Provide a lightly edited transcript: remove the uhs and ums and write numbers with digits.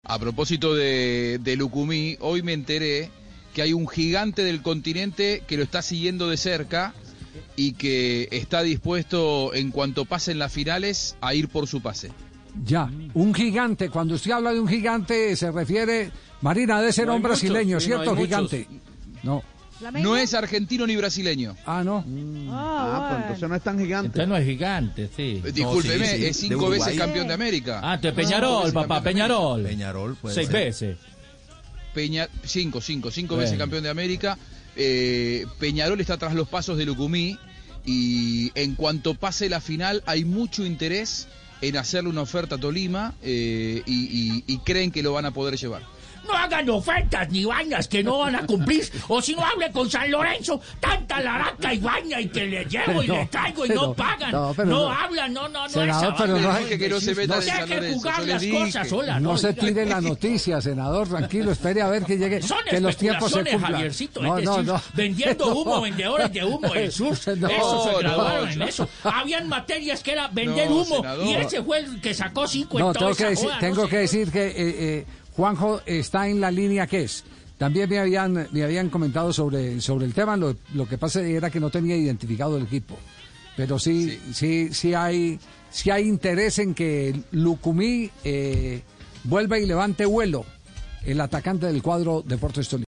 A propósito de Lucumí, hoy me enteré que hay un gigante del continente que lo está siguiendo de cerca y que está dispuesto, en cuanto pasen las finales, a ir por su pase. Ya, un gigante. Cuando usted habla de un gigante, se refiere, Marina, de ser No hay hombre brasileño, muchos, sí, ¿cierto? no hay Gigante. No. No es argentino ni brasileño. Ah, no. Pues entonces no es tan gigante. Entonces no es gigante, sí. Discúlpeme, sí, es 5 veces campeón de América. Ah, entonces Peñarol, papá, Peñarol. Peñarol puede 6 ser. veces. Cinco veces campeón de América. Peñarol está tras los pasos de Lucumí y en cuanto pase la final hay mucho interés en hacerle una oferta a Tolima y creen que lo van a poder llevar. No hagan ofertas ni vainas que no van a cumplir. O si no, hable con San Lorenzo. Tanta laraca y vaina y que le llevo y le traigo y no pagan. No hablan, no. Senador, pero no dije que no se meta en San hay que Lorenzo. jugar Yo le las dije. cosas solas. No se tire la noticia, senador, tranquilo, espere a ver que llegue, Son que los tiempos se especulaciones, cumplan. Javiercito, es decir, vendiendo humo, vendedores de humo del sur. Eso se grabaron en eso. Habían materias que era vender humo, senador. y ese fue el que sacó 5 en No, toda esa tengo joda, que decir que Juanjo está en la línea que es. También me habían comentado sobre el tema, lo que pasa era que no tenía identificado el equipo. Pero sí hay interés en que Lucumí vuelva y levante vuelo, el atacante del cuadro Deportes Tolima.